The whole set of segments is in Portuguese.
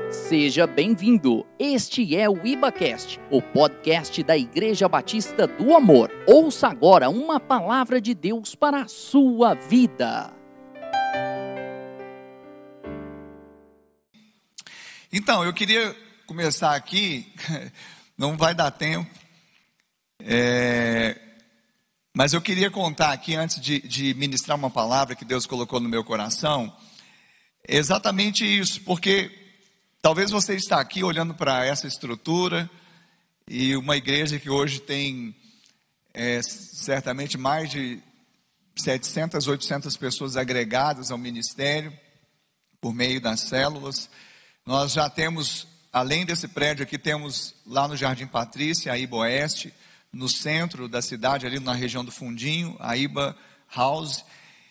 Seja bem-vindo, este é o IbaCast, o podcast da Igreja Batista do Amor. Ouça agora uma palavra de Deus para a sua vida. Então, eu queria começar aqui, não vai dar tempo, mas eu queria contar aqui, antes de ministrar uma palavra que Deus colocou no meu coração, exatamente isso, porque talvez você está aqui olhando para essa estrutura, e uma igreja que hoje tem certamente mais de 700, 800 pessoas agregadas ao ministério, por meio das células. Nós já temos, além desse prédio aqui, temos lá no Jardim Patrícia, a Iba Oeste, no centro da cidade, ali na região do Fundinho, a Iba House,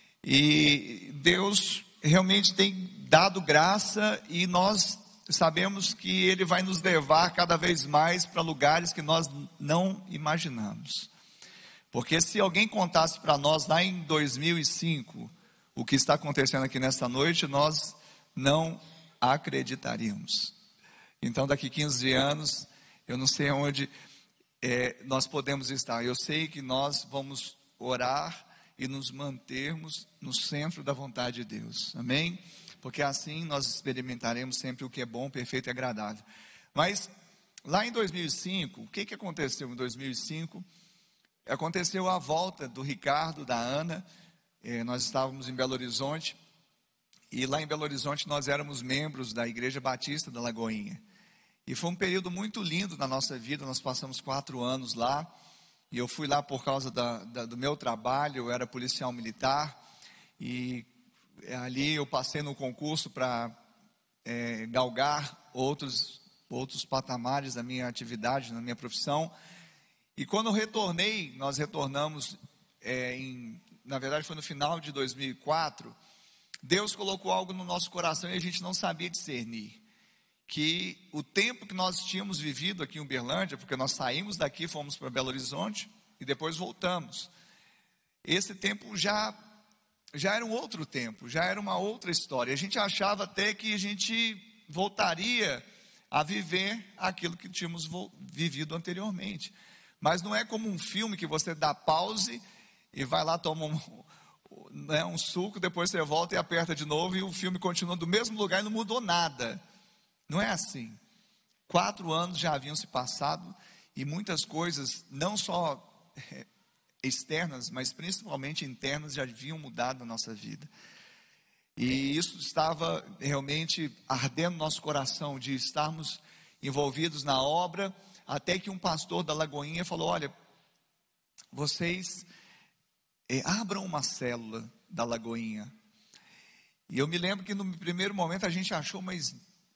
e Deus realmente tem dado graça, e nós sabemos que Ele vai nos levar cada vez mais para lugares que nós não imaginamos. Porque se alguém contasse para nós lá em 2005 o que está acontecendo aqui nesta noite, nós não acreditaríamos. Então daqui 15 anos, eu não sei onde nós podemos estar. Eu sei que nós vamos orar e nos mantermos no centro da vontade de Deus. Amém? Porque assim nós experimentaremos sempre o que é bom, perfeito e agradável. Mas lá em 2005, o que aconteceu em 2005? Aconteceu a volta do Ricardo, da Ana. Nós estávamos em Belo Horizonte, e lá em Belo Horizonte nós éramos membros da Igreja Batista da Lagoinha. E foi um período muito lindo na nossa vida. Nós passamos 4 anos lá, e eu fui lá por causa do meu trabalho. Eu era policial militar, e ali eu passei no concurso para galgar outros patamares da minha atividade, na minha profissão. E quando eu retornei, nós retornamos, na verdade foi no final de 2004, Deus colocou algo no nosso coração e a gente não sabia discernir. Que o tempo que nós tínhamos vivido aqui em Uberlândia, porque nós saímos daqui, fomos para Belo Horizonte e depois voltamos. Esse tempo já era um outro tempo, já era uma outra história. A gente achava até que a gente voltaria a viver aquilo que tínhamos vivido anteriormente. Mas não é como um filme que você dá pause e vai lá, toma um suco, depois você volta e aperta de novo e o filme continua do mesmo lugar e não mudou nada. Não é assim. 4 anos já haviam se passado e muitas coisas, não só externas, mas principalmente internas, já haviam mudado na nossa vida. E isso estava realmente ardendo no nosso coração, de estarmos envolvidos na obra, até que um pastor da Lagoinha falou: olha, vocês abram uma célula da Lagoinha. E eu me lembro que no primeiro momento a gente achou, mas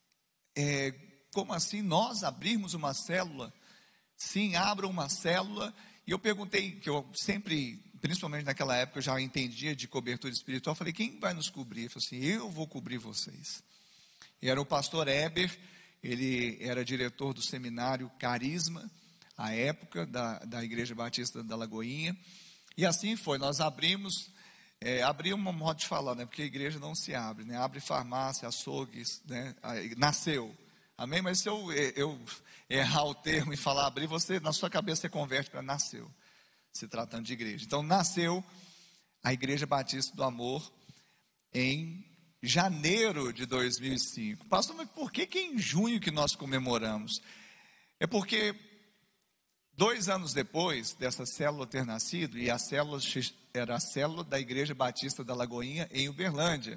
como assim nós abrirmos uma célula? Sim, abram uma célula. E eu perguntei, que eu sempre, principalmente naquela época, eu já entendia de cobertura espiritual. Eu falei: quem vai nos cobrir? Eu falei assim: eu vou cobrir vocês. E era o pastor Heber, ele era diretor do seminário Carisma, à época, da Igreja Batista da Lagoinha. E assim foi, nós abrimos, abrir uma modo de falar, né? Porque a igreja não se abre, né? Abre farmácia, açougues, né? Nasceu. Amém? Mas se eu errar o termo e falar abrir, você, na sua cabeça, você converte para nasceu, se tratando de igreja. Então, nasceu a Igreja Batista do Amor em janeiro de 2005. Pastor, mas por que em junho que nós comemoramos? É porque 2 anos depois dessa célula ter nascido, e a célula era a célula da Igreja Batista da Lagoinha em Uberlândia.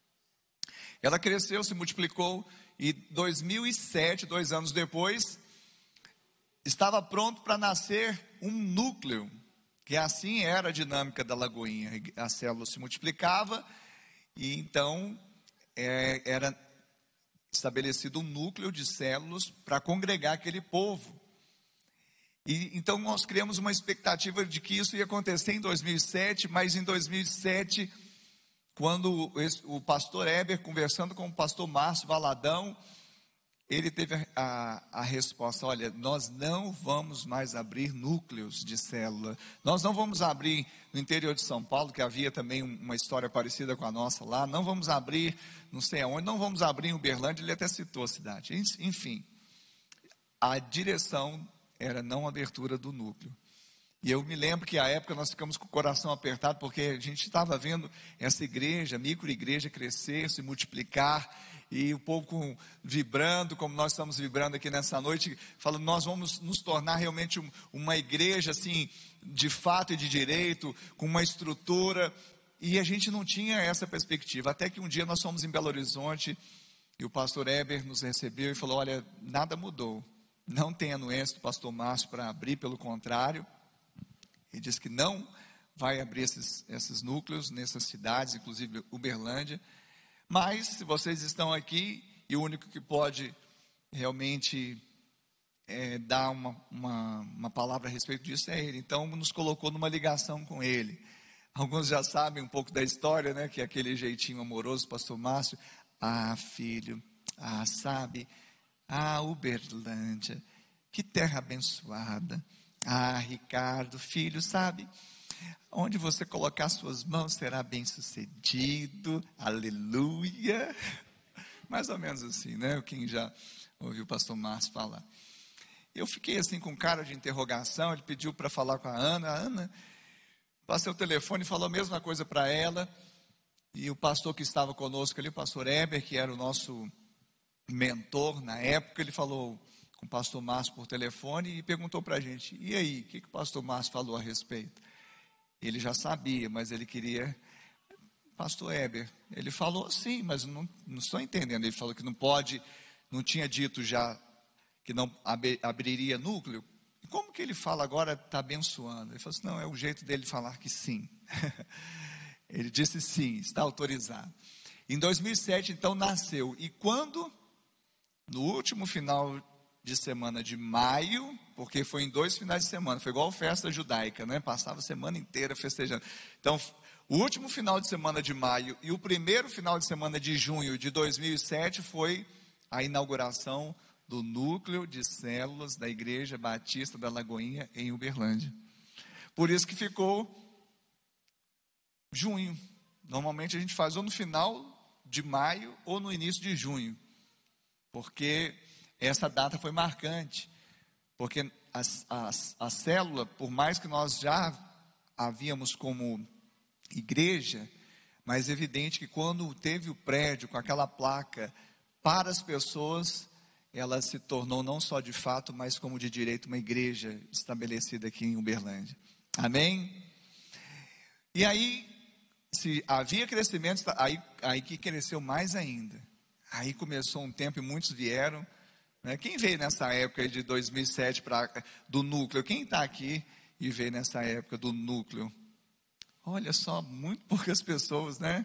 Ela cresceu, se multiplicou, e 2007, 2 anos depois, estava pronto para nascer um núcleo, que assim era a dinâmica da Lagoinha. A célula se multiplicava, e então era estabelecido um núcleo de células para congregar aquele povo. E então nós criamos uma expectativa de que isso ia acontecer em 2007, mas em 2007, quando o pastor Heber, conversando com o pastor Márcio Valadão, ele teve a resposta: olha, nós não vamos mais abrir núcleos de célula, nós não vamos abrir no interior de São Paulo, que havia também uma história parecida com a nossa lá, não vamos abrir não sei aonde, não vamos abrir em Uberlândia, ele até citou a cidade, enfim, a direção era não abertura do núcleo. E eu me lembro que à época nós ficamos com o coração apertado, porque a gente estava vendo essa igreja, micro-igreja crescer, se multiplicar, e o povo vibrando, como nós estamos vibrando aqui nessa noite, falando, nós vamos nos tornar realmente uma igreja assim, de fato e de direito, com uma estrutura, e a gente não tinha essa perspectiva, até que um dia nós fomos em Belo Horizonte, e o pastor Heber nos recebeu e falou: olha, nada mudou, não tem anuência do pastor Márcio para abrir, pelo contrário, ele disse que não vai abrir esses núcleos nessas cidades, inclusive Uberlândia. Mas, se vocês estão aqui, e o único que pode realmente dar uma palavra a respeito disso é ele. Então, nos colocou numa ligação com ele. Alguns já sabem um pouco da história, né? Que é aquele jeitinho amoroso, pastor Márcio. Ah, filho, sabe, Uberlândia, que terra abençoada. Ah, Ricardo, filho, sabe, onde você colocar suas mãos será bem sucedido, aleluia, mais ou menos assim, né, quem já ouviu o pastor Márcio falar. Eu fiquei assim com cara de interrogação, ele pediu para falar com a Ana, passei o telefone e falou a mesma coisa para ela, e o pastor que estava conosco ali, o pastor Heber, que era o nosso mentor na época, ele falou com o pastor Márcio por telefone e perguntou para a gente: e aí, o que o pastor Márcio falou a respeito? Ele já sabia, mas ele queria. Pastor Heber, ele falou sim, mas não estou entendendo. Ele falou que não pode, não tinha dito já que não abriria núcleo. E como que ele fala agora, está abençoando? Ele falou assim: não, é o jeito dele falar que sim. Ele disse sim, está autorizado. Em 2007, então, nasceu. E quando? No último final de semana de maio, porque foi em 2 finais de semana, foi igual festa judaica, né? Passava a semana inteira festejando. Então, o último final de semana de maio e o primeiro final de semana de junho de 2007 foi a inauguração do núcleo de células da Igreja Batista da Lagoinha em Uberlândia. Por isso que ficou junho. Normalmente a gente faz ou no final de maio ou no início de junho, porque essa data foi marcante, porque a célula, por mais que nós já havíamos como igreja, mas é evidente que quando teve o prédio com aquela placa para as pessoas, ela se tornou não só de fato, mas como de direito uma igreja estabelecida aqui em Uberlândia. Amém? E aí, se havia crescimento, aí que cresceu mais ainda. Aí começou um tempo e muitos vieram. Quem veio nessa época de 2007 do núcleo? Quem está aqui e veio nessa época do núcleo? Olha só, muito poucas pessoas, né?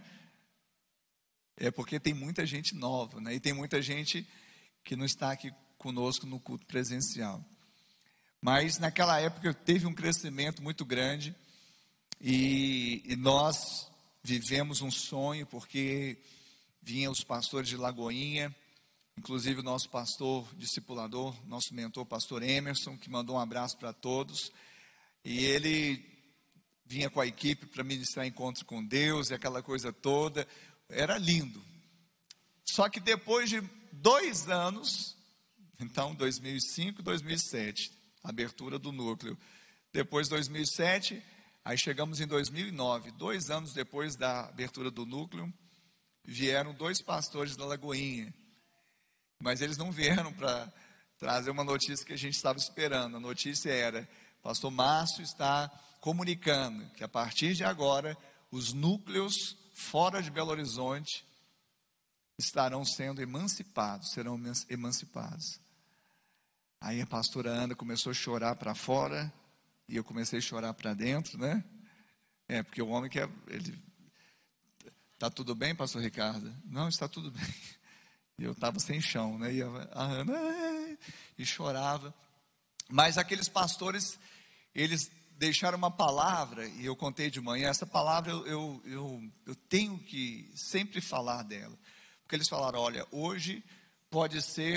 É porque tem muita gente nova, né? E tem muita gente que não está aqui conosco no culto presencial. Mas naquela época teve um crescimento muito grande e nós vivemos um sonho, porque vinham os pastores de Lagoinha, inclusive o nosso pastor discipulador, nosso mentor, pastor Emerson, que mandou um abraço para todos, e ele vinha com a equipe para ministrar encontros com Deus e aquela coisa toda, era lindo. Só que depois de 2 anos, então 2005, 2007, abertura do núcleo, depois 2007, aí chegamos em 2009, 2 anos depois da abertura do núcleo, vieram 2 pastores da Lagoinha, mas eles não vieram para trazer uma notícia que a gente estava esperando. A notícia era: pastor Márcio está comunicando que a partir de agora os núcleos fora de Belo Horizonte estarão sendo emancipados, serão emancipados. Aí a pastora Ana começou a chorar para fora e eu comecei a chorar para dentro, né? Porque o homem quer, ele, está tudo bem, pastor Ricardo? Não, está tudo bem. E eu estava sem chão, né? E a Ana e chorava. Mas aqueles pastores, eles deixaram uma palavra, e eu contei de manhã, essa palavra eu tenho que sempre falar dela. Porque eles falaram: olha, hoje pode ser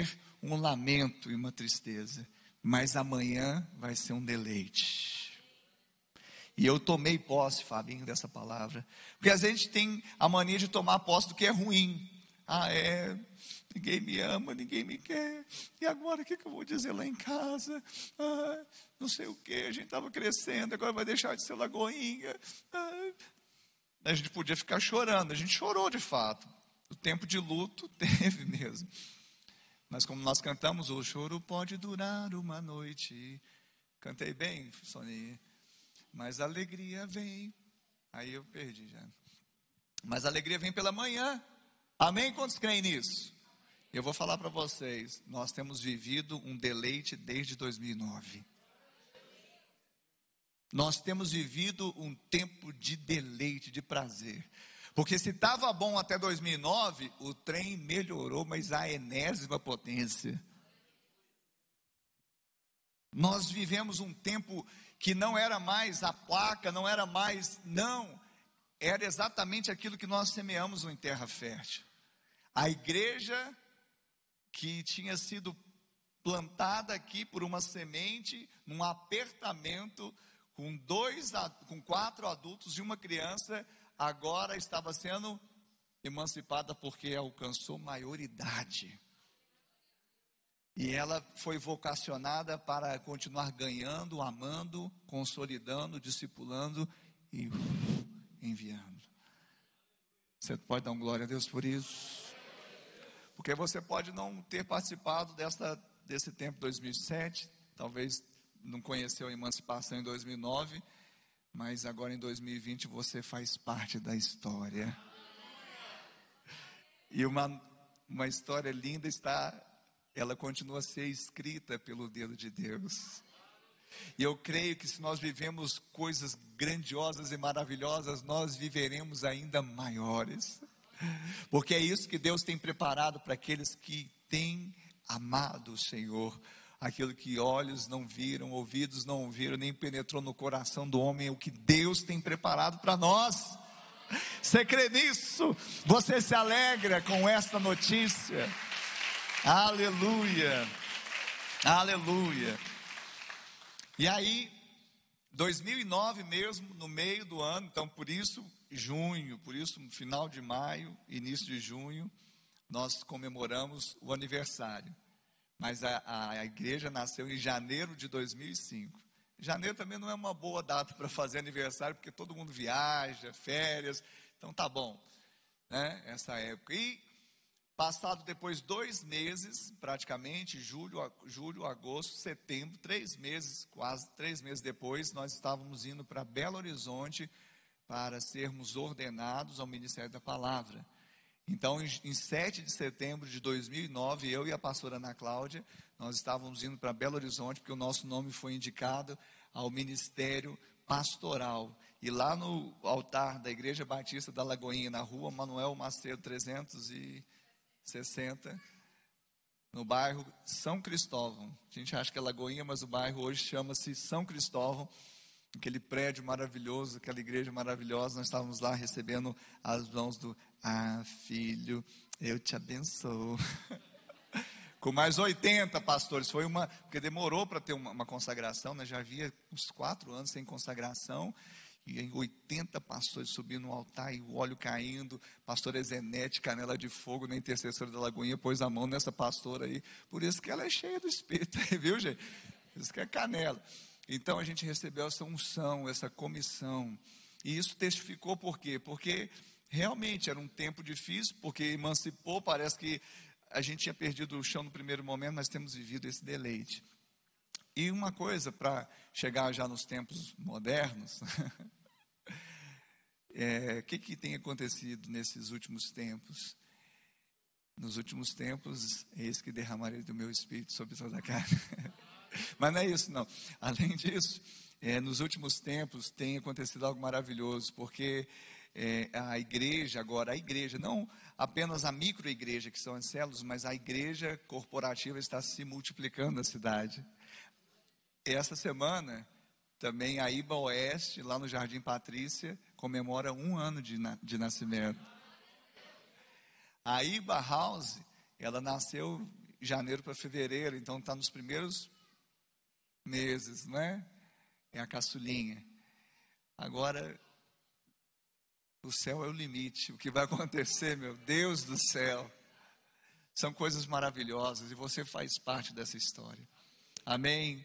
um lamento e uma tristeza, mas amanhã vai ser um deleite. E eu tomei posse, Fabinho, dessa palavra, porque às vezes a gente tem a mania de tomar posse do que é ruim. Ninguém me ama, ninguém me quer, e agora o que eu vou dizer lá em casa? Não sei o que, a gente estava crescendo, agora vai deixar de ser Lagoinha. A gente podia ficar chorando, a gente chorou de fato, o tempo de luto teve mesmo, mas como nós cantamos, o choro pode durar uma noite, cantei bem, Soninha, mas a alegria vem, aí eu perdi já, mas a alegria vem pela manhã, amém? Quantos creem nisso? Eu vou falar para vocês, nós temos vivido um deleite desde 2009. Nós temos vivido um tempo de deleite, de prazer. Porque se estava bom até 2009, o trem melhorou, mas a enésima potência. Nós vivemos um tempo que não era mais a placa, não era mais, não. Era exatamente aquilo que nós semeamos em terra fértil. A igreja que tinha sido plantada aqui por uma semente, num apertamento, com 4 adultos e uma criança, agora estava sendo emancipada porque alcançou maioridade. E ela foi vocacionada para continuar ganhando, amando, consolidando, discipulando e enviando. Você pode dar um glória a Deus por isso? Porque você pode não ter participado desse tempo 2007, talvez não conheceu a emancipação em 2009, mas agora em 2020 você faz parte da história. E uma história linda ela continua a ser escrita pelo dedo de Deus. E eu creio que se nós vivemos coisas grandiosas e maravilhosas, nós viveremos ainda maiores. Porque é isso que Deus tem preparado para aqueles que têm amado o Senhor. Aquilo que olhos não viram, ouvidos não ouviram, nem penetrou no coração do homem, é o que Deus tem preparado para nós. Você crê nisso? Você se alegra com esta notícia? Aleluia, aleluia. E aí, 2009 mesmo, no meio do ano, então por isso junho, por isso no final de maio, início de junho, nós comemoramos o aniversário. Mas a igreja nasceu em janeiro de 2005. Janeiro também não é uma boa data para fazer aniversário, porque todo mundo viaja, férias, então tá bom, né, essa época. E passado depois 2 meses, praticamente, julho, agosto, setembro, 3 meses, quase 3 meses depois, nós estávamos indo para Belo Horizonte para sermos ordenados ao Ministério da Palavra. Então, em 7 de setembro de 2009, eu e a pastora Ana Cláudia, nós estávamos indo para Belo Horizonte, porque o nosso nome foi indicado ao Ministério Pastoral. E lá no altar da Igreja Batista da Lagoinha, na rua Manuel Macedo 360, no bairro São Cristóvão. A gente acha que é Lagoinha, mas o bairro hoje chama-se São Cristóvão. Aquele prédio maravilhoso, aquela igreja maravilhosa, nós estávamos lá recebendo as mãos do filho, eu te abençoo. Com mais 80 pastores, porque demorou para ter uma consagração, né? Já havia uns 4 anos sem consagração, e em 80 pastores subindo no altar, e o óleo caindo, pastora Zenete, canela de fogo, na intercessora da Lagoinha, pôs a mão nessa pastora aí, por isso que ela é cheia do Espírito, viu, gente? Por isso que é canela. Então a gente recebeu essa unção, essa comissão, e isso testificou por quê? Porque realmente era um tempo difícil, porque emancipou, parece que a gente tinha perdido o chão no primeiro momento, mas temos vivido esse deleite. E uma coisa, para chegar já nos tempos modernos, o que tem acontecido nesses últimos tempos? Nos últimos tempos, eis que derramarei do meu Espírito sobre toda a carne. Mas não é isso não, além disso, nos últimos tempos tem acontecido algo maravilhoso, porque a igreja, não apenas a microigreja, que são as células, mas a igreja corporativa está se multiplicando na cidade. Essa semana, também a IBA Oeste, lá no Jardim Patrícia, comemora 1 ano de nascimento. A IBA House, ela nasceu janeiro para fevereiro, então está nos primeiros meses, né? É a caçulinha. Agora, o céu é o limite. O que vai acontecer, meu Deus do céu, são coisas maravilhosas e você faz parte dessa história. Amém?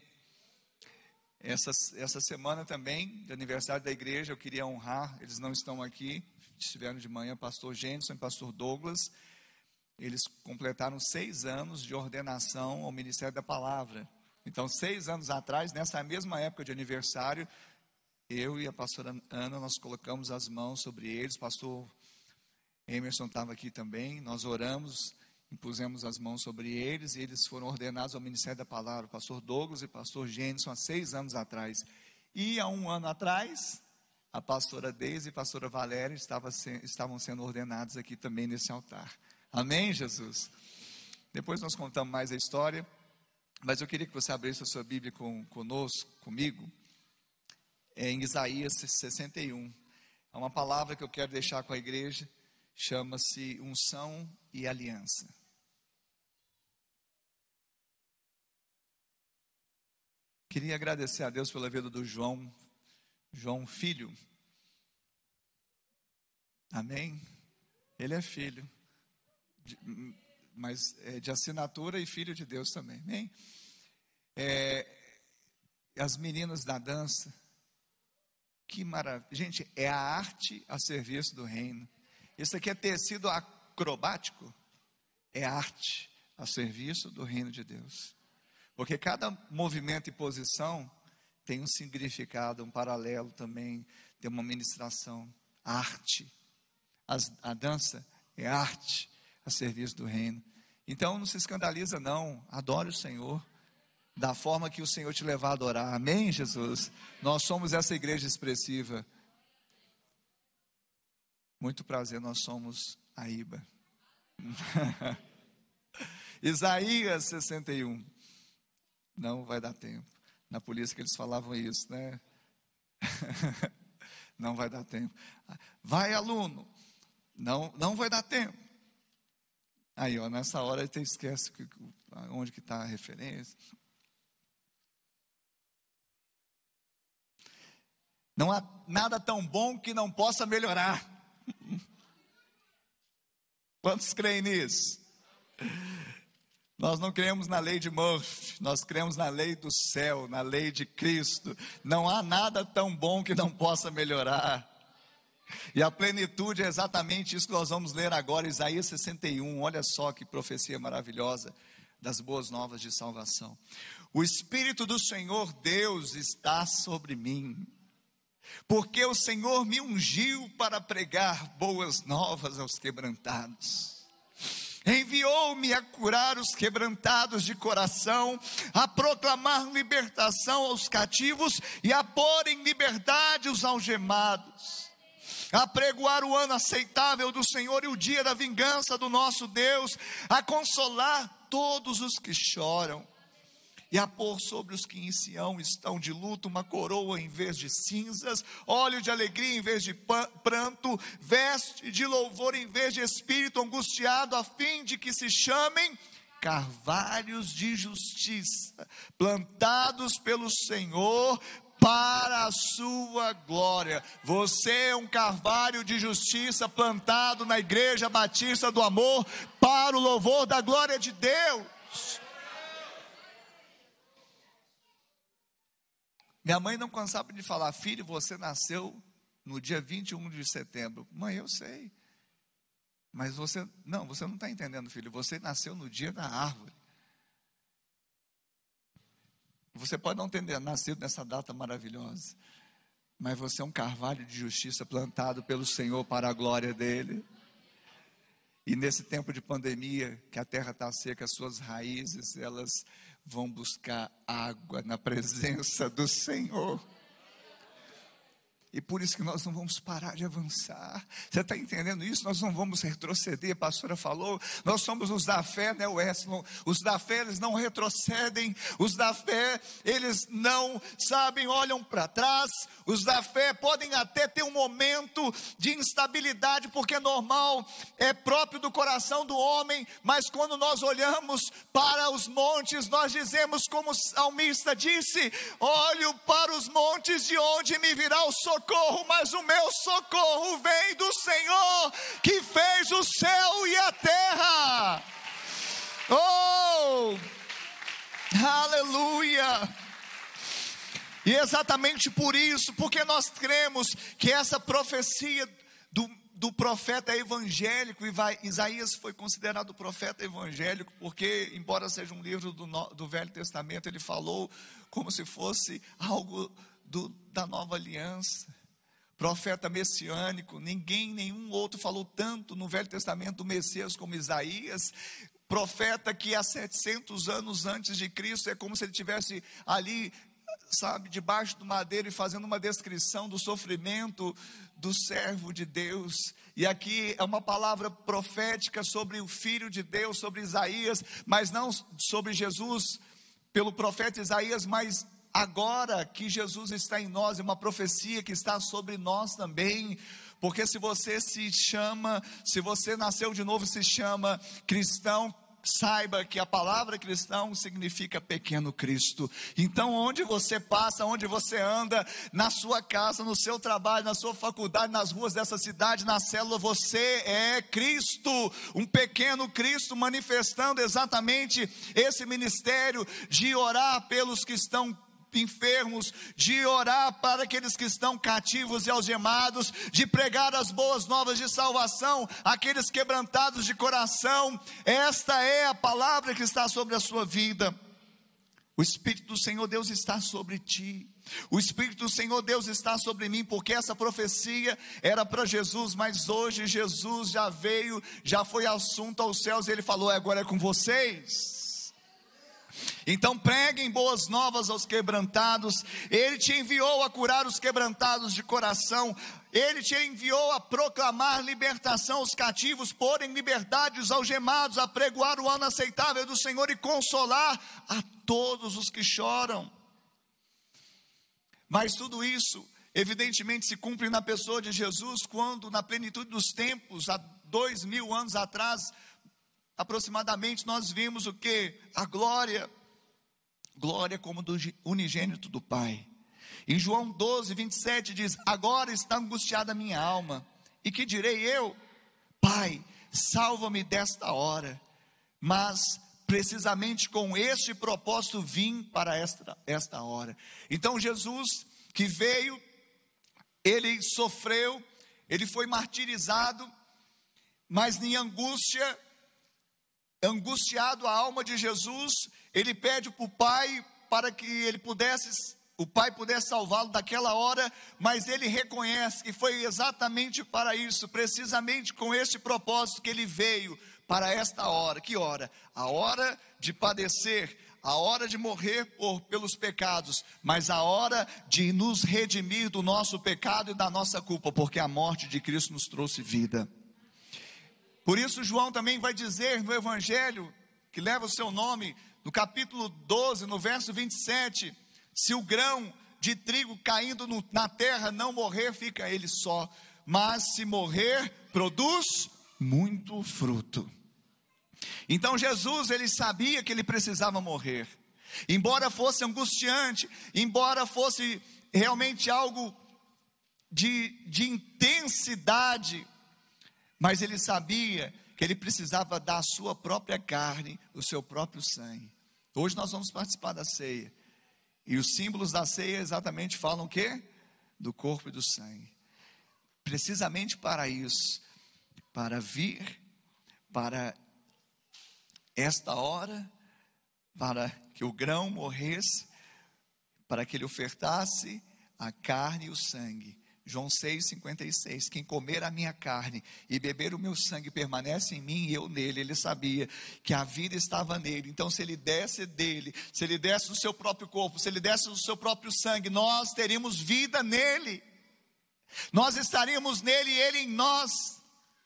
Essa semana também, de aniversário da igreja, eu queria honrar, eles não estão aqui, estiveram de manhã, pastor Jenson e pastor Douglas. Eles completaram 6 anos de ordenação ao Ministério da Palavra. Então, 6 anos atrás, nessa mesma época de aniversário, eu e a pastora Ana, nós colocamos as mãos sobre eles. Pastor Emerson estava aqui também. Nós oramos, impusemos as mãos sobre eles e eles foram ordenados ao Ministério da Palavra. Pastor Douglas e pastor Jenson, há 6 anos atrás. E há 1 ano atrás, a pastora Deise e a pastora Valéria estavam sendo ordenados aqui também nesse altar. Amém, Jesus? Depois nós contamos mais a história, mas eu queria que você abrisse a sua Bíblia comigo, em Isaías 61. É uma palavra que eu quero deixar com a igreja, chama-se unção e aliança. Queria agradecer a Deus pela vida do João filho. Amém? Ele é filho, mas é de assinatura e filho de Deus também. Amém? As meninas da dança, que maravilha. Gente, é a arte a serviço do reino. Isso aqui é tecido acrobático, é arte a serviço do reino de Deus. Porque cada movimento e posição tem um significado, um paralelo também, tem uma ministração, arte. A dança é arte a serviço do reino. Então não se escandaliza não, adore o Senhor da forma que o Senhor te levar a adorar. Amém, Jesus? Nós somos essa igreja expressiva. Muito prazer, nós somos a IBA. Isaías 61. Não vai dar tempo. Na polícia que eles falavam isso, né? Não vai dar tempo. Vai, aluno. Não vai dar tempo. Aí, ó, nessa hora você esquece onde que está a referência. Não há nada tão bom que não possa melhorar. Quantos creem nisso? Nós não cremos na lei de Murphy, nós cremos na lei do céu, na lei de Cristo. Não há nada tão bom que não possa melhorar. E a plenitude é exatamente isso que nós vamos ler agora, Isaías 61. Olha só que profecia maravilhosa das boas novas de salvação. O Espírito do Senhor Deus está sobre mim, porque o Senhor me ungiu para pregar boas novas aos quebrantados. Enviou-me a curar os quebrantados de coração, a proclamar libertação aos cativos e a pôr em liberdade os algemados, a pregoar o ano aceitável do Senhor e o dia da vingança do nosso Deus, a consolar todos os que choram e a pôr sobre os que em Sião estão de luto uma coroa em vez de cinzas, óleo de alegria em vez de pranto, veste de louvor em vez de espírito angustiado, a fim de que se chamem carvalhos de justiça, plantados pelo Senhor para a sua glória. Você é um carvalho de justiça plantado na Igreja Batista do Amor para o louvor da glória de Deus. Minha mãe não cansava de falar: filho, você nasceu no dia 21 de setembro. Mãe, eu sei. Mas você não está entendendo, filho. Você nasceu no dia da árvore. Você pode não ter nascido nessa data maravilhosa, mas você é um carvalho de justiça plantado pelo Senhor para a glória dele. E nesse tempo de pandemia, que a terra está seca, as suas raízes, elas vão buscar água na presença do Senhor. E por isso que nós não vamos parar de avançar. Você está entendendo isso? Nós não vamos retroceder. A pastora falou, nós somos os da fé, né, Wesley? Os da fé, eles não retrocedem. Os da fé, eles não, olham para trás. Os da fé podem até ter um momento de instabilidade, porque é normal, é próprio do coração do homem. Mas quando nós olhamos para os montes, nós dizemos como o salmista disse: olho para os montes, de onde me virá o socorro, mas o meu socorro vem do Senhor, que fez o céu e a terra. Oh, aleluia! E exatamente por isso, porque nós cremos que essa profecia do profeta evangélico, Isaías foi considerado profeta evangélico, porque embora seja um livro do Velho Testamento, ele falou como se fosse algo da nova aliança. Profeta messiânico, nenhum outro falou tanto no Velho Testamento do Messias como Isaías. Profeta que há 700 anos antes de Cristo, é como se ele estivesse ali, debaixo do madeiro e fazendo uma descrição do sofrimento do servo de Deus. E aqui é uma palavra profética sobre o Filho de Deus, sobre Isaías, mas não sobre Jesus pelo profeta Isaías, mas agora que Jesus está em nós, é uma profecia que está sobre nós também. Porque se você nasceu de novo, se chama cristão, saiba que a palavra cristão significa pequeno Cristo. Então onde você passa, onde você anda, na sua casa, no seu trabalho, na sua faculdade, nas ruas dessa cidade, na célula, você é Cristo, um pequeno Cristo, manifestando exatamente esse ministério de orar pelos que estão enfermos, de orar para aqueles que estão cativos e algemados, de pregar as boas novas de salvação àqueles quebrantados de coração. Esta é a palavra que está sobre a sua vida. O Espírito do Senhor Deus está sobre ti. O Espírito do Senhor Deus está sobre mim, porque essa profecia era para Jesus, mas hoje Jesus já veio, já foi assunto aos céus, e Ele falou: agora é com vocês. Então preguem boas novas aos quebrantados. Ele te enviou a curar os quebrantados de coração. Ele te enviou a proclamar libertação aos cativos, pôr em liberdade os algemados, a pregoar o ano aceitável do Senhor e consolar a todos os que choram. Mas tudo isso evidentemente se cumpre na pessoa de Jesus, quando na plenitude dos tempos, há 2000 anos atrás aproximadamente, nós vimos o que? A glória como do unigênito do Pai. Em João 12, 27 diz: agora está angustiada a minha alma, e que direi eu? Pai, salva-me desta hora. Mas precisamente com este propósito vim para esta hora. Então Jesus que veio, ele sofreu, ele foi martirizado, mas em angústia, angustiado a alma de Jesus, ele pede para o Pai para que o Pai pudesse salvá-lo daquela hora, mas ele reconhece que foi exatamente para isso, precisamente com este propósito que ele veio para esta hora. Que hora? A hora de padecer, a hora de morrer pelos pecados, mas a hora de nos redimir do nosso pecado e da nossa culpa, porque a morte de Cristo nos trouxe vida. Por isso João também vai dizer no Evangelho, que leva o seu nome, no capítulo 12, no verso 27, se o grão de trigo caindo na terra não morrer, fica ele só, mas se morrer, produz muito fruto. Então Jesus, ele sabia que ele precisava morrer, embora fosse angustiante, embora fosse realmente algo de intensidade, mas ele sabia que ele precisava dar a sua própria carne, o seu próprio sangue. Hoje nós vamos participar da ceia, e os símbolos da ceia exatamente falam o quê? Do corpo e do sangue. Precisamente para isso, para vir, para esta hora, para que o grão morresse, para que ele ofertasse a carne e o sangue. João 6,56, quem comer a minha carne e beber o meu sangue permanece em mim e eu nele. Ele sabia que a vida estava nele, então se ele desse dele, se ele desse do seu próprio corpo, se ele desse do seu próprio sangue, nós teríamos vida nele. Nós estaríamos nele e ele em nós.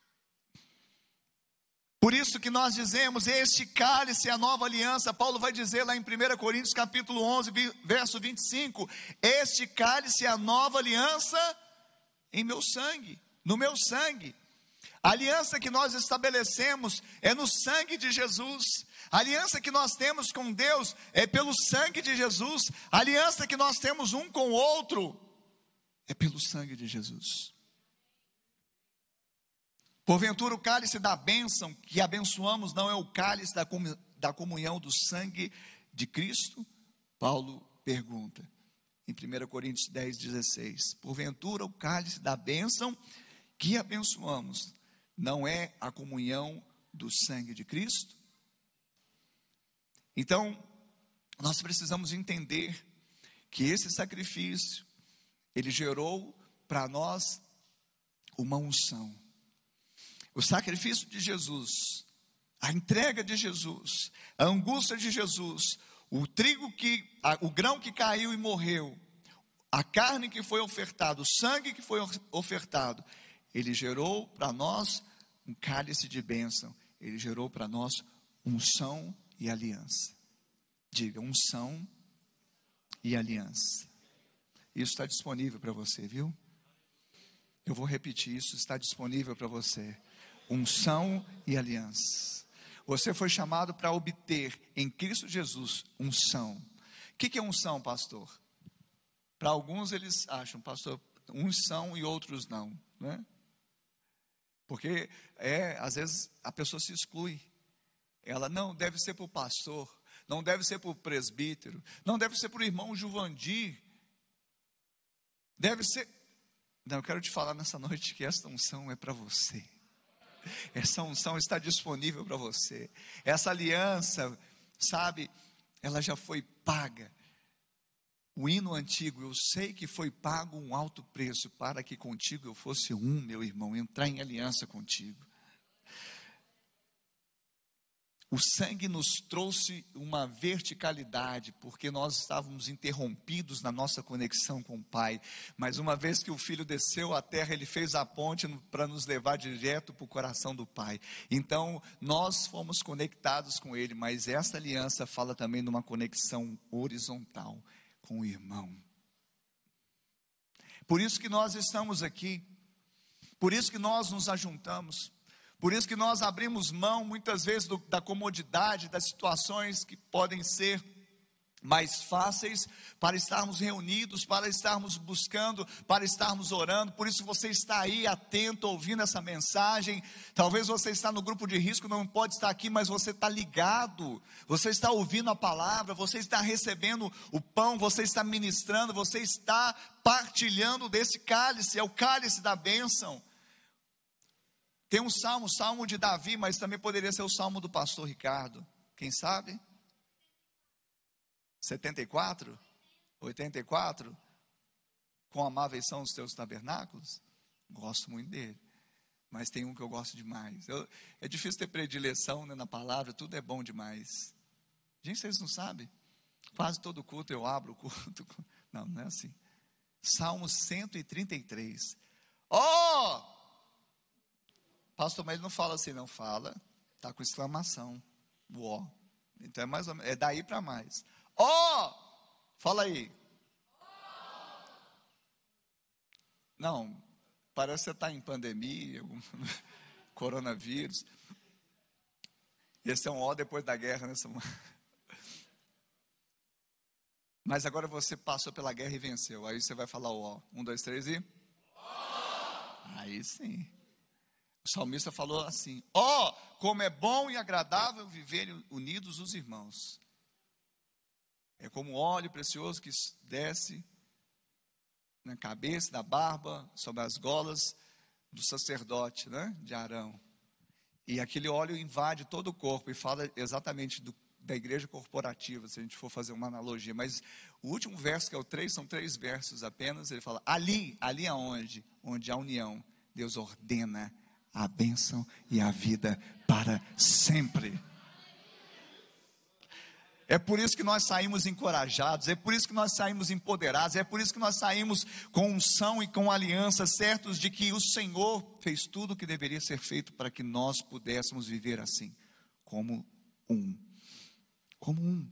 Por isso que nós dizemos, este cálice é a nova aliança. Paulo vai dizer lá em 1 Coríntios capítulo 11, verso 25, este cálice é a nova aliança em meu sangue, no meu sangue. A aliança que nós estabelecemos é no sangue de Jesus. A aliança que nós temos com Deus é pelo sangue de Jesus. A aliança que nós temos um com o outro é pelo sangue de Jesus. Porventura o cálice da bênção que abençoamos não é o cálice da comunhão do sangue de Cristo? Paulo pergunta em 1 Coríntios 10, 16. Porventura o cálice da bênção que abençoamos não é a comunhão do sangue de Cristo? Então, nós precisamos entender que esse sacrifício, ele gerou para nós uma unção. O sacrifício de Jesus, a entrega de Jesus, a angústia de Jesus, o grão que caiu e morreu, a carne que foi ofertada, o sangue que foi ofertado, ele gerou para nós um cálice de bênção, ele gerou para nós unção e aliança. Diga, unção e aliança. Isso está disponível para você, viu? Eu vou repetir, isso está disponível para você. Unção e aliança. Você foi chamado para obter em Cristo Jesus unção. O que é unção, pastor? Para alguns eles acham, pastor, uns são e outros não, né? Porque às vezes a pessoa se exclui. Ela não deve ser para o pastor, não deve ser para o presbítero, não deve ser para o irmão Juvandir. Deve ser. Não, eu quero te falar nessa noite que esta unção é para você. Essa unção está disponível para você. Essa aliança, sabe, ela já foi paga. O hino antigo, eu sei que foi pago um alto preço para que contigo eu fosse um, meu irmão, entrar em aliança contigo. O sangue nos trouxe uma verticalidade, porque nós estávamos interrompidos na nossa conexão com o Pai. Mas uma vez que o Filho desceu à terra, Ele fez a ponte para nos levar direto para o coração do Pai. Então, nós fomos conectados com Ele, mas essa aliança fala também de uma conexão horizontal com o irmão. Por isso que nós estamos aqui, por isso que nós nos ajuntamos. Por isso que nós abrimos mão muitas vezes da comodidade, das situações que podem ser mais fáceis, para estarmos reunidos, para estarmos buscando, para estarmos orando. Por isso você está aí atento, ouvindo essa mensagem. Talvez você está no grupo de risco, não pode estar aqui, mas você está ligado, você está ouvindo a palavra, você está recebendo o pão, você está ministrando, você está partilhando desse cálice, é o cálice da bênção. Tem um salmo, o salmo de Davi, mas também poderia ser o salmo do pastor Ricardo. Quem sabe? 74? 84? Com amáveis são os teus tabernáculos? Gosto muito dele. Mas tem um que eu gosto demais. É difícil ter predileção, né, na palavra, tudo é bom demais. Gente, vocês não sabem? Quase todo culto eu abro o culto. Não, não é assim. Salmo 133. Oh! Pastor, mas ele não fala assim, não fala. Está com exclamação. Ó. Então é mais ou menos, é daí para mais. Ó! Fala aí. Não, parece que você está em pandemia, coronavírus. Esse é um ó depois da guerra, né? Mas agora você passou pela guerra e venceu. Aí você vai falar o ó. 1, 2, 3 e... Aí sim. O salmista falou assim: ó, como é bom e agradável viverem unidos os irmãos. É como óleo precioso que desce na cabeça, na barba, sobre as golas do sacerdote, né, de Arão. E aquele óleo invade todo o corpo e fala exatamente da igreja corporativa, se a gente for fazer uma analogia. Mas o último verso, que é o 3, são 3 versos apenas. Ele fala: ali aonde? Onde há união, Deus ordena a bênção e a vida para sempre. É por isso que nós saímos encorajados, é por isso que nós saímos empoderados, é por isso que nós saímos com unção e com aliança, certos de que o Senhor fez tudo o que deveria ser feito para que nós pudéssemos viver assim, como um. Como um.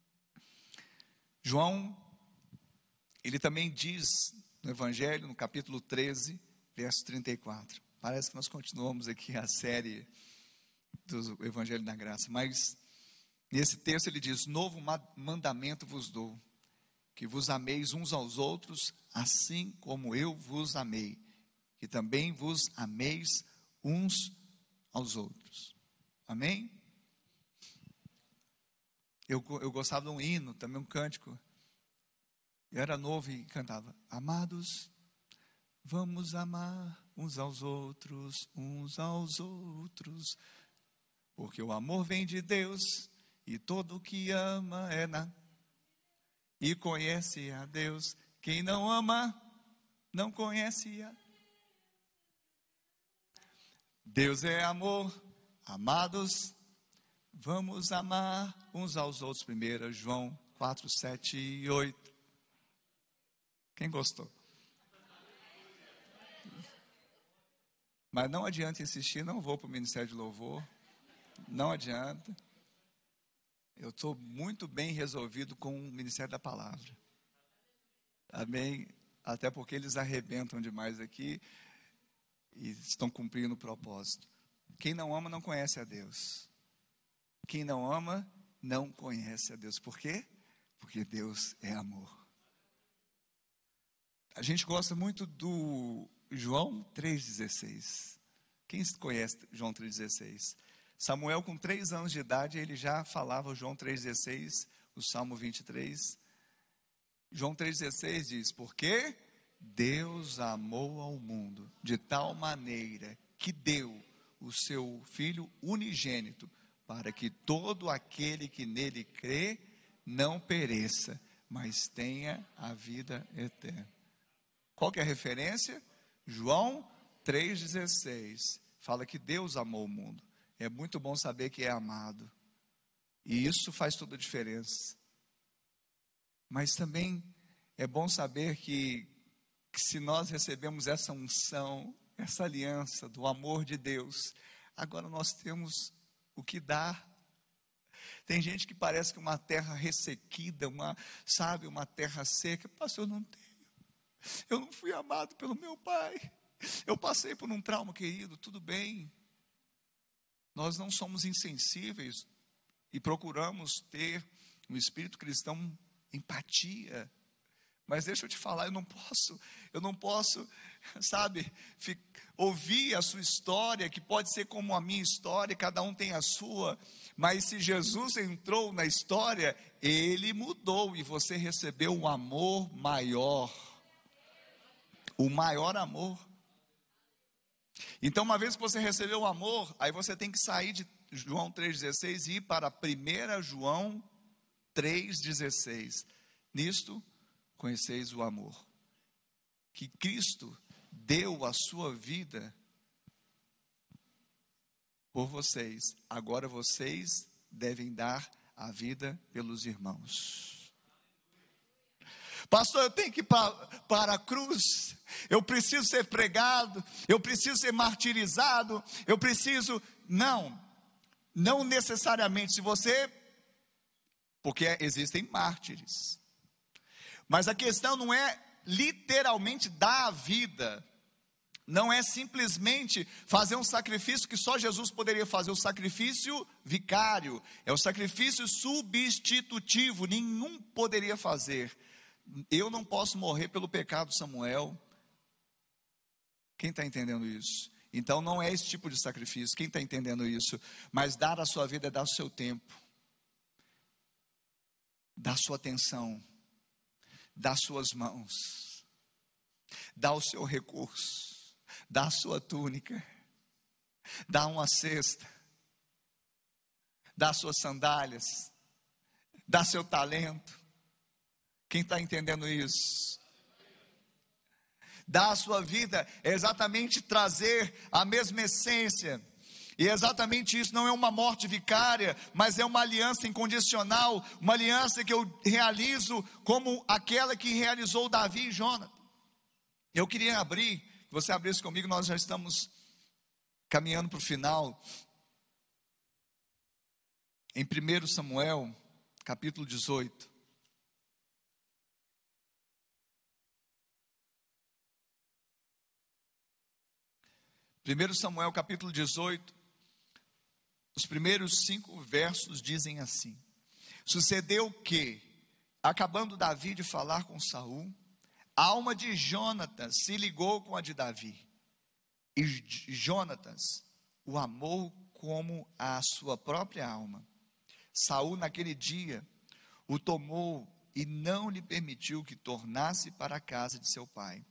João, ele também diz no Evangelho, no capítulo 13, verso 34. Parece que nós continuamos aqui a série do Evangelho da Graça, mas nesse texto ele diz: novo mandamento vos dou, que vos ameis uns aos outros, assim como eu vos amei, que também vos ameis uns aos outros. Amém? Eu gostava de um hino, também um cântico. Eu era novo e cantava: amados, vamos amar uns aos outros, porque o amor vem de Deus, e todo que ama e conhece a Deus. Quem não ama, não conhece a Deus. É amor, amados, vamos amar uns aos outros. 1 João 4, 7 e 8. Quem gostou? Mas não adianta insistir, não vou para o Ministério de Louvor. Não adianta. Eu estou muito bem resolvido com o Ministério da Palavra. Amém? Até porque eles arrebentam demais aqui e estão cumprindo o propósito. Quem não ama não conhece a Deus. Quem não ama não conhece a Deus. Por quê? Porque Deus é amor. A gente gosta muito do João 3,16. Quem conhece João 3,16? Samuel, com 3 anos de idade, ele já falava João 3,16, o Salmo 23. João 3,16 diz: porque Deus amou ao mundo de tal maneira que deu o seu Filho unigênito, para que todo aquele que nele crê não pereça, mas tenha a vida eterna. Qual que é a referência? João 3,16. Fala que Deus amou o mundo. É muito bom saber que é amado. E isso faz toda a diferença. Mas também é bom saber que se nós recebemos essa unção, essa aliança do amor de Deus, agora nós temos o que dar. Tem gente que parece que uma terra ressequida, uma terra seca. Pastor, eu não tenho. Eu não fui amado pelo meu pai. Eu passei por um trauma, querido. Tudo bem. Nós não somos insensíveis e procuramos ter no espírito cristão empatia. Mas deixa eu te falar, eu não posso, ouvir a sua história, que pode ser como a minha história, cada um tem a sua. Mas se Jesus entrou na história, Ele mudou e você recebeu um amor maior. O maior amor. Então, uma vez que você recebeu o amor, aí você tem que sair de João 3,16 e ir para 1 João 3,16. Nisto conheceis o amor, que Cristo deu a sua vida por vocês. Agora vocês devem dar a vida pelos irmãos. Pastor, eu tenho que ir para a cruz, eu preciso ser pregado, eu preciso ser martirizado, eu preciso... Não necessariamente. Porque existem mártires. Mas a questão não é literalmente dar a vida, não é simplesmente fazer um sacrifício que só Jesus poderia fazer, o sacrifício vicário, é o sacrifício substitutivo, nenhum poderia fazer. Eu não posso morrer pelo pecado, Samuel. Quem está entendendo isso? Então não é esse tipo de sacrifício, quem está entendendo isso? Mas dar a sua vida é dar o seu tempo, dar sua atenção, dar suas mãos, dar o seu recurso, dar a sua túnica, dar uma cesta, dar suas sandálias, dar seu talento. Quem está entendendo isso? Dar a sua vida é exatamente trazer a mesma essência. E é exatamente isso, não é uma morte vicária, mas é uma aliança incondicional, uma aliança que eu realizo como aquela que realizou Davi e Jonathan. Eu queria abrir, que você abrisse comigo, nós já estamos caminhando para o final. Em 1 Samuel, capítulo 18. Primeiro Samuel capítulo 18, os primeiros 5 versos dizem assim: sucedeu que, acabando Davi de falar com Saul, a alma de Jonatas se ligou com a de Davi, e Jonatas o amou como a sua própria alma. Saul naquele dia o tomou e não lhe permitiu que tornasse para a casa de seu pai.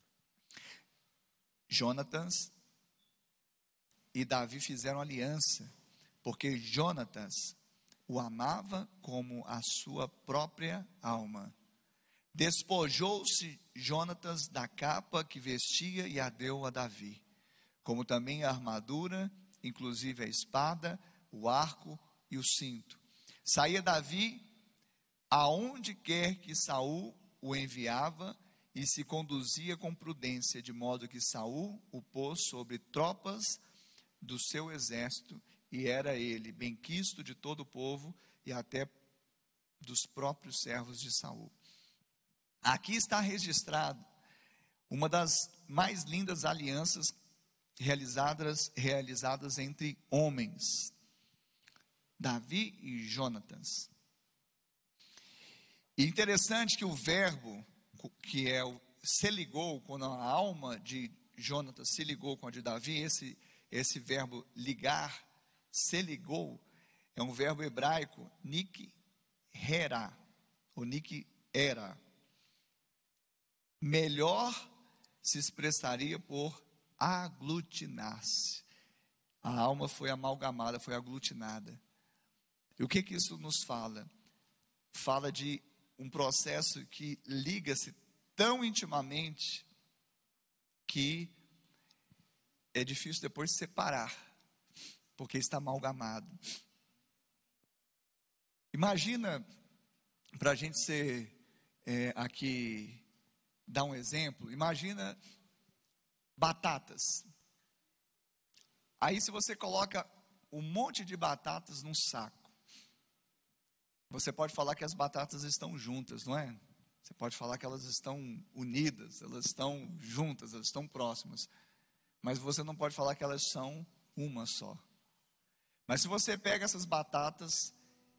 Jonatas e Davi fizeram aliança, porque Jonatas o amava como a sua própria alma. Despojou-se Jonatas da capa que vestia e a deu a Davi, como também a armadura, inclusive a espada, o arco e o cinto. Saía Davi aonde quer que Saul o enviava, e se conduzia com prudência, de modo que Saul o pôs sobre tropas do seu exército, e era ele benquisto de todo o povo e até dos próprios servos de Saul. Aqui está registrado uma das mais lindas alianças realizadas entre homens, Davi e Jonatas. E interessante que o verbo que se ligou, quando a alma de Jonatas se ligou com a de Davi, esse verbo ligar, se ligou, é um verbo hebraico, nik-hera, ou nik-era. Melhor se expressaria por aglutinar-se. A alma foi amalgamada, foi aglutinada. E o que isso nos fala? Fala de um processo que liga-se tão intimamente que é difícil depois separar, porque está amalgamado. Imagina, para a gente aqui dar um exemplo, imagina batatas. Aí se você coloca um monte de batatas num saco, você pode falar que as batatas estão juntas, não é? Você pode falar que elas estão unidas, elas estão juntas, elas estão próximas. Mas você não pode falar que elas são uma só. Mas se você pega essas batatas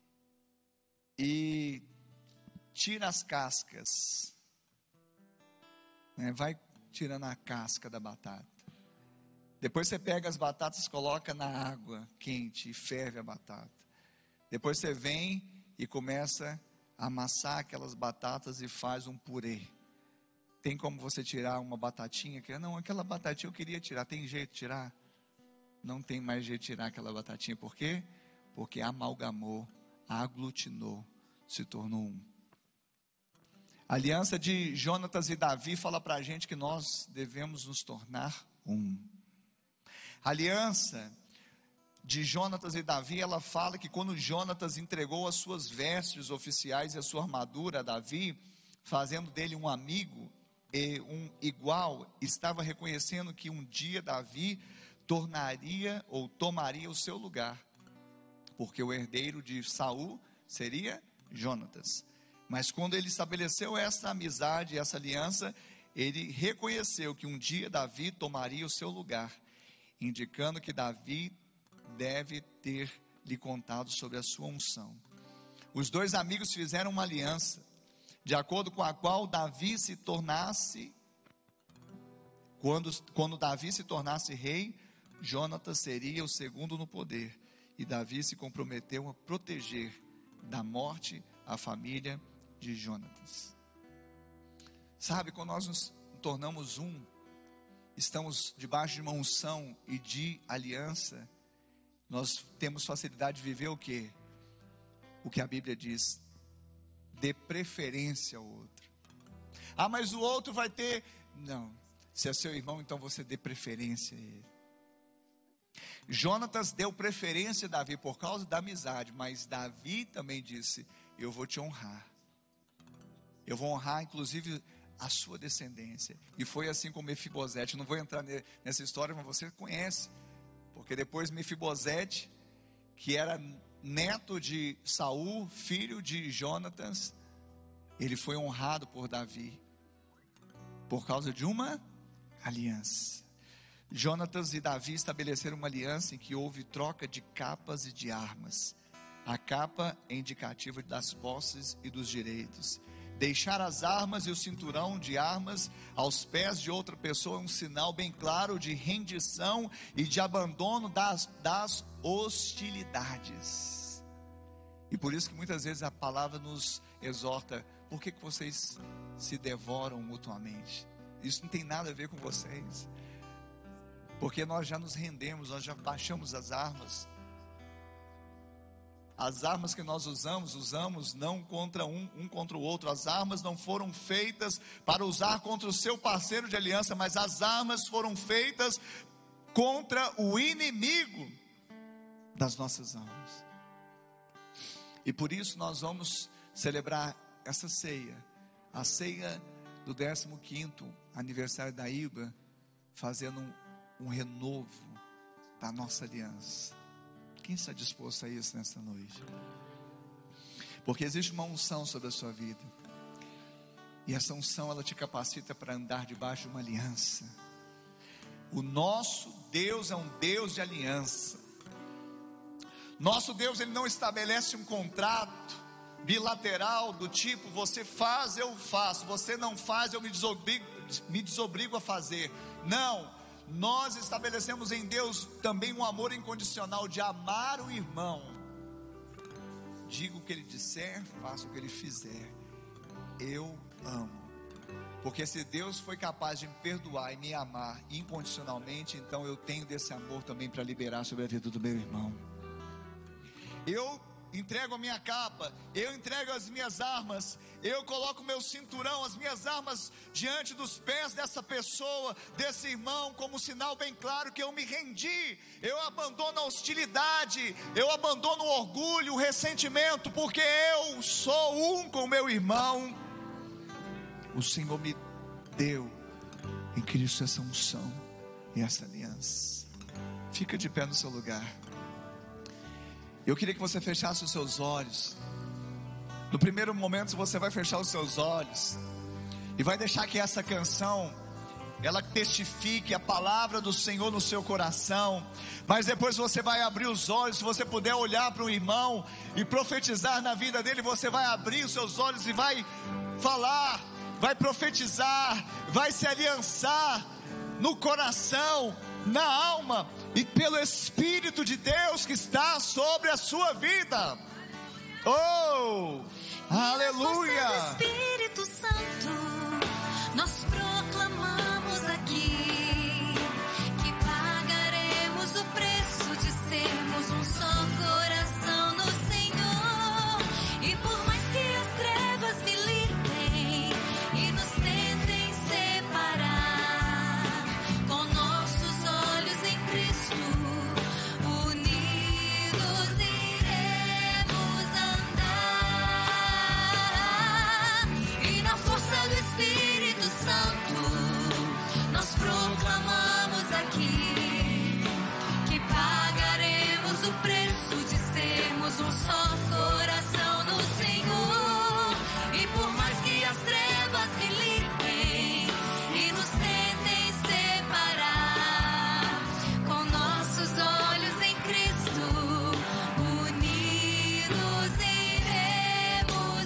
e tira as cascas, né, vai tirando a casca da batata. Depois você pega as batatas, coloca na água quente e ferve a batata. Depois você vem e começa a amassar aquelas batatas e faz um purê. Tem como você tirar uma batatinha? Não, aquela batatinha eu queria tirar. Tem jeito de tirar? Não tem mais jeito de tirar aquela batatinha. Por quê? Porque amalgamou, aglutinou, se tornou um. A aliança de Jonatas e Davi fala para a gente que nós devemos nos tornar um. A aliança de Jonatas e Davi, ela fala que quando Jonatas entregou as suas vestes oficiais e a sua armadura a Davi, fazendo dele um amigo e um igual, estava reconhecendo que um dia Davi tornaria ou tomaria o seu lugar, porque o herdeiro de Saul seria Jonatas. Mas quando ele estabeleceu essa amizade, essa aliança, ele reconheceu que um dia Davi tomaria o seu lugar, indicando que Davi deve ter lhe contado sobre a sua unção. Os dois amigos fizeram uma aliança, de acordo com a qual Davi se tornasse, quando Davi se tornasse rei, Jonatas seria o segundo no poder, e Davi se comprometeu a proteger da morte a família de Jonatas. Sabe, quando nós nos tornamos um, estamos debaixo de uma unção e de aliança, nós temos facilidade de viver o quê? O que a Bíblia diz: dê preferência ao outro. Ah, mas o outro vai ter... Não, se é seu irmão, então você dê preferência a ele. Jonatas deu preferência a Davi por causa da amizade, mas Davi também disse: eu vou te honrar, eu vou honrar inclusive a sua descendência. E foi assim com Mefibosete. Não vou entrar nessa história, mas você conhece, porque depois Mefibosete, que era neto de Saul, filho de Jonatas, ele foi honrado por Davi, por causa de uma aliança. Jonatas e Davi estabeleceram uma aliança em que houve troca de capas e de armas. A capa é indicativa das posses e dos direitos. Deixar as armas e o cinturão de armas aos pés de outra pessoa é um sinal bem claro de rendição e de abandono das hostilidades. E por isso que muitas vezes a palavra nos exorta: por que vocês se devoram mutuamente? Isso não tem nada a ver com vocês, porque nós já nos rendemos, nós já baixamos as armas. As armas que nós usamos não contra um contra o outro. As armas não foram feitas para usar contra o seu parceiro de aliança, mas as armas foram feitas contra o inimigo das nossas almas. E por isso nós vamos celebrar essa ceia, a ceia do 15º aniversário da IBA, fazendo um renovo da nossa aliança. Quem está disposto a isso nesta noite? Porque existe uma unção sobre a sua vida, e essa unção ela te capacita para andar debaixo de uma aliança. O nosso Deus é um Deus de aliança. Nosso Deus, ele não estabelece um contrato bilateral do tipo: você faz, eu faço, você não faz, eu me desobrigo a fazer. Não. Nós estabelecemos em Deus também um amor incondicional de amar o irmão. Diga o que ele disser, faça o que ele fizer, eu amo. Porque se Deus foi capaz de me perdoar e me amar incondicionalmente, então eu tenho desse amor também para liberar sobre a vida do meu irmão. Eu entrego a minha capa, eu entrego as minhas armas, eu coloco o meu cinturão, as minhas armas diante dos pés dessa pessoa, desse irmão, como sinal bem claro que eu me rendi. Eu abandono a hostilidade, eu abandono o orgulho, o ressentimento, porque eu sou um com o meu irmão. O Senhor me deu em Cristo essa unção e essa aliança. Fica de pé no seu lugar. Eu queria que você fechasse os seus olhos. No primeiro momento você vai fechar os seus olhos e vai deixar que essa canção ela testifique a palavra do Senhor no seu coração. Mas depois você vai abrir os olhos. Se você puder olhar para o irmão e profetizar na vida dele, você vai abrir os seus olhos e vai falar, vai profetizar, vai se aliançar no coração, na alma e pelo Espírito de Deus que está sobre a sua vida. Oh, aleluia! Do Espírito Santo, nós proclamamos aqui que pagaremos o preço de sermos um só coração no Senhor. E por mais que as trevas militem e nos tentem separar, com nossos olhos em Cristo unidos iremos andar. E na força do Espírito Santo nós proclamamos aqui que pagaremos o preço de sermos um só coração no Senhor. E por mais que as trevas militem e nos tentem separar, com nossos olhos em Cristo unidos iremos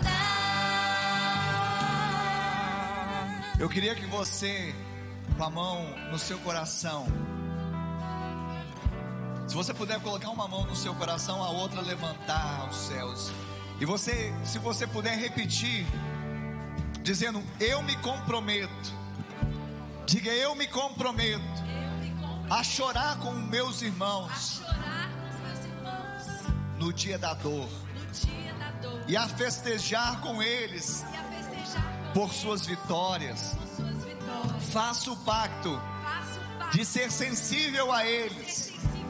andar. Eu queria que você, com a mão no seu coração, se você puder colocar uma mão no seu coração, a outra levantar aos céus, e você, se você puder repetir, dizendo: eu me comprometo. Diga: eu me comprometo a chorar com meus irmãos no dia da dor, e a festejar com eles por suas vitórias. Faço o pacto de ser sensível a eles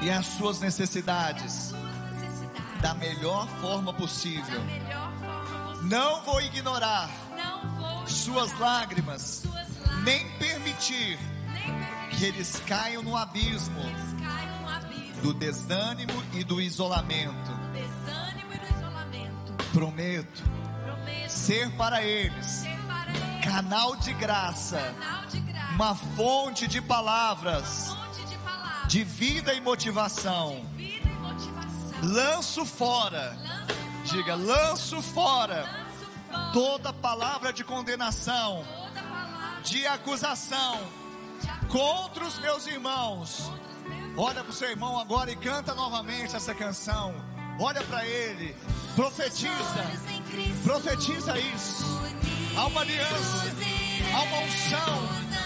e as suas necessidades da melhor forma da possível. melhor forma possível. Não vou ignorar Não vou suas ignorar lágrimas, suas lágrimas, nem permitir nem permitir que eles caiam no abismo que eles caiam no abismo do desânimo e do isolamento. do desânimo e do isolamento. Prometo Prometo ser para eles ser para eles canal de graça, canal de graça, uma fonte de palavras fonte de palavras, de vida e motivação. vida e motivação. Lanço fora, diga, lanço fora Lanço fora toda palavra de condenação, toda palavra de acusação de acusação contra os meus irmãos. contra os meus Olha para o seu irmão agora e canta novamente essa canção. Olha para ele, profetiza, olhos em Cristo. profetiza isso. Há uma aliança, há uma unção.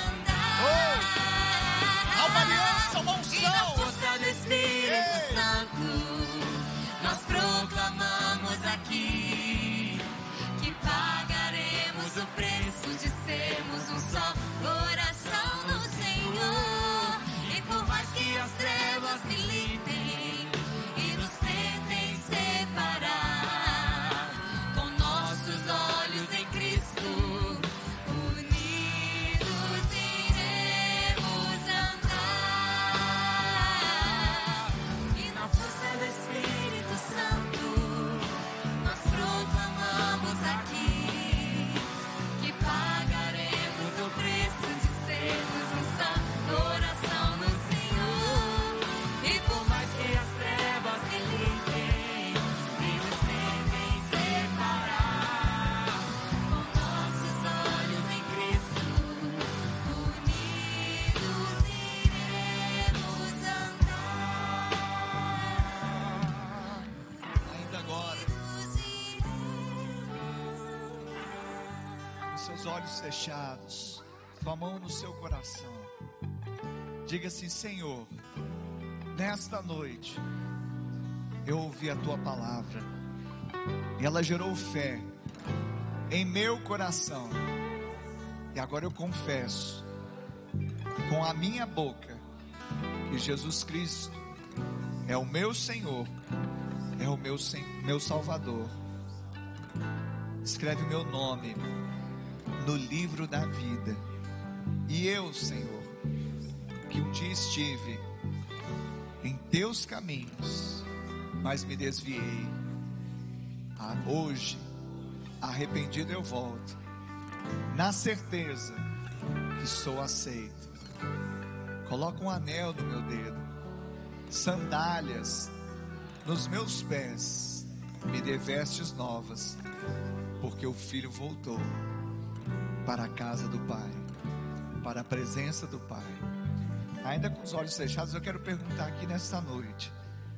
Há uma aliança, uma E na unção. força do Espírito Ei. Santo, nós proclamamos aqui que pagaremos o preço de sermos um só coração no Senhor. E por mais que as trevas militem e nos tentem separar, com nossos olhos em Cristo, unidos iremos andar. E na força do Espírito Santo, nós proclamamos aqui que pagaremos o preço de sermos um só coração no Senhor. E por mais que as trevas militem e nos tentem separar, com nossos olhos em Cristo, unidos iremos andar. Ainda agora, Unidos iremos andar. com seus olhos fechados, sua mão no seu coração, diga assim: Senhor, nesta noite eu ouvi a tua palavra e ela gerou fé em meu coração, e agora eu confesso com a minha boca que Jesus Cristo é o meu Senhor, é o meu Salvador. Escreve meu nome no livro da vida. E eu, Senhor, que um dia estive em teus caminhos, mas me desviei, hoje, arrependido eu volto, na certeza que sou aceito. Coloca um anel no meu dedo, sandálias nos meus pés, me dê vestes novas, porque o filho voltou para a casa do Pai, para a presença do Pai. Ainda com os olhos fechados, eu quero perguntar aqui nesta noite: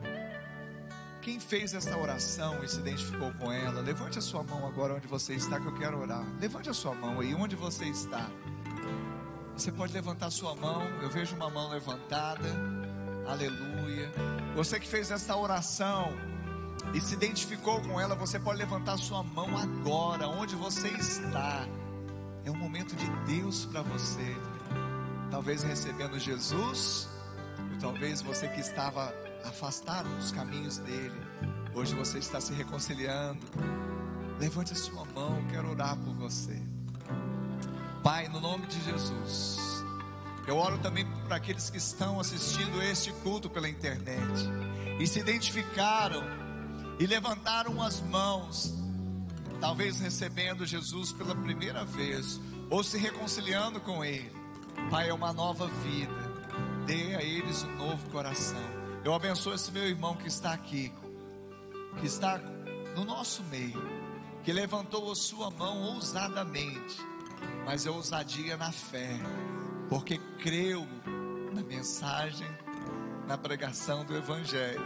quem fez essa oração e se identificou com ela? Levante a sua mão agora onde você está, que eu quero orar. Levante a sua mão aí onde você está. Você pode levantar a sua mão. Eu vejo uma mão levantada. Aleluia. Você que fez essa oração e se identificou com ela, você pode levantar a sua mão agora onde você está. É um momento de Deus para você. Talvez recebendo Jesus, ou talvez você que estava afastado dos caminhos dele, hoje você está se reconciliando. Levante a sua mão, eu quero orar por você. Pai, no nome de Jesus, eu oro também para aqueles que estão assistindo este culto pela internet e se identificaram e levantaram as mãos, talvez recebendo Jesus pela primeira vez ou se reconciliando com ele. Pai, é uma nova vida, dê a eles um novo coração. Eu abençoo esse meu irmão que está aqui, que está no nosso meio, que levantou a sua mão ousadamente, mas é ousadia na fé, porque creu na mensagem, na pregação do Evangelho.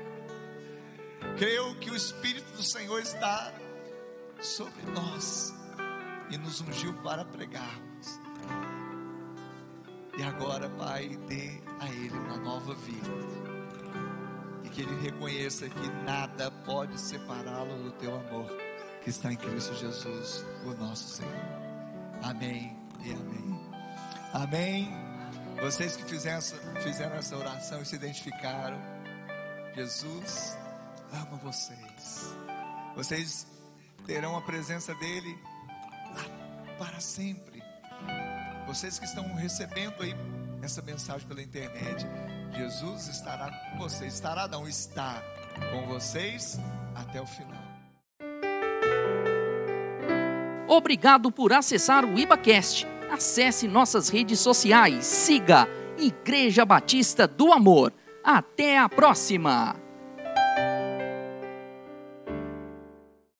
Creu que o Espírito do Senhor está sobre nós e nos ungiu para pregarmos. E agora, Pai, dê a ele uma nova vida, e que ele reconheça que nada pode separá-lo do teu amor que está em Cristo Jesus, o nosso Senhor. Amém e amém. Amém Vocês que fizeram essa oração e se identificaram, Jesus ama vocês. Vocês terão a presença dele lá para sempre. Vocês que estão recebendo aí essa mensagem pela internet, Jesus estará com vocês. Está com vocês até o final. Obrigado por acessar o IbaCast. Acesse nossas redes sociais. Siga Igreja Batista do Amor. Até a próxima!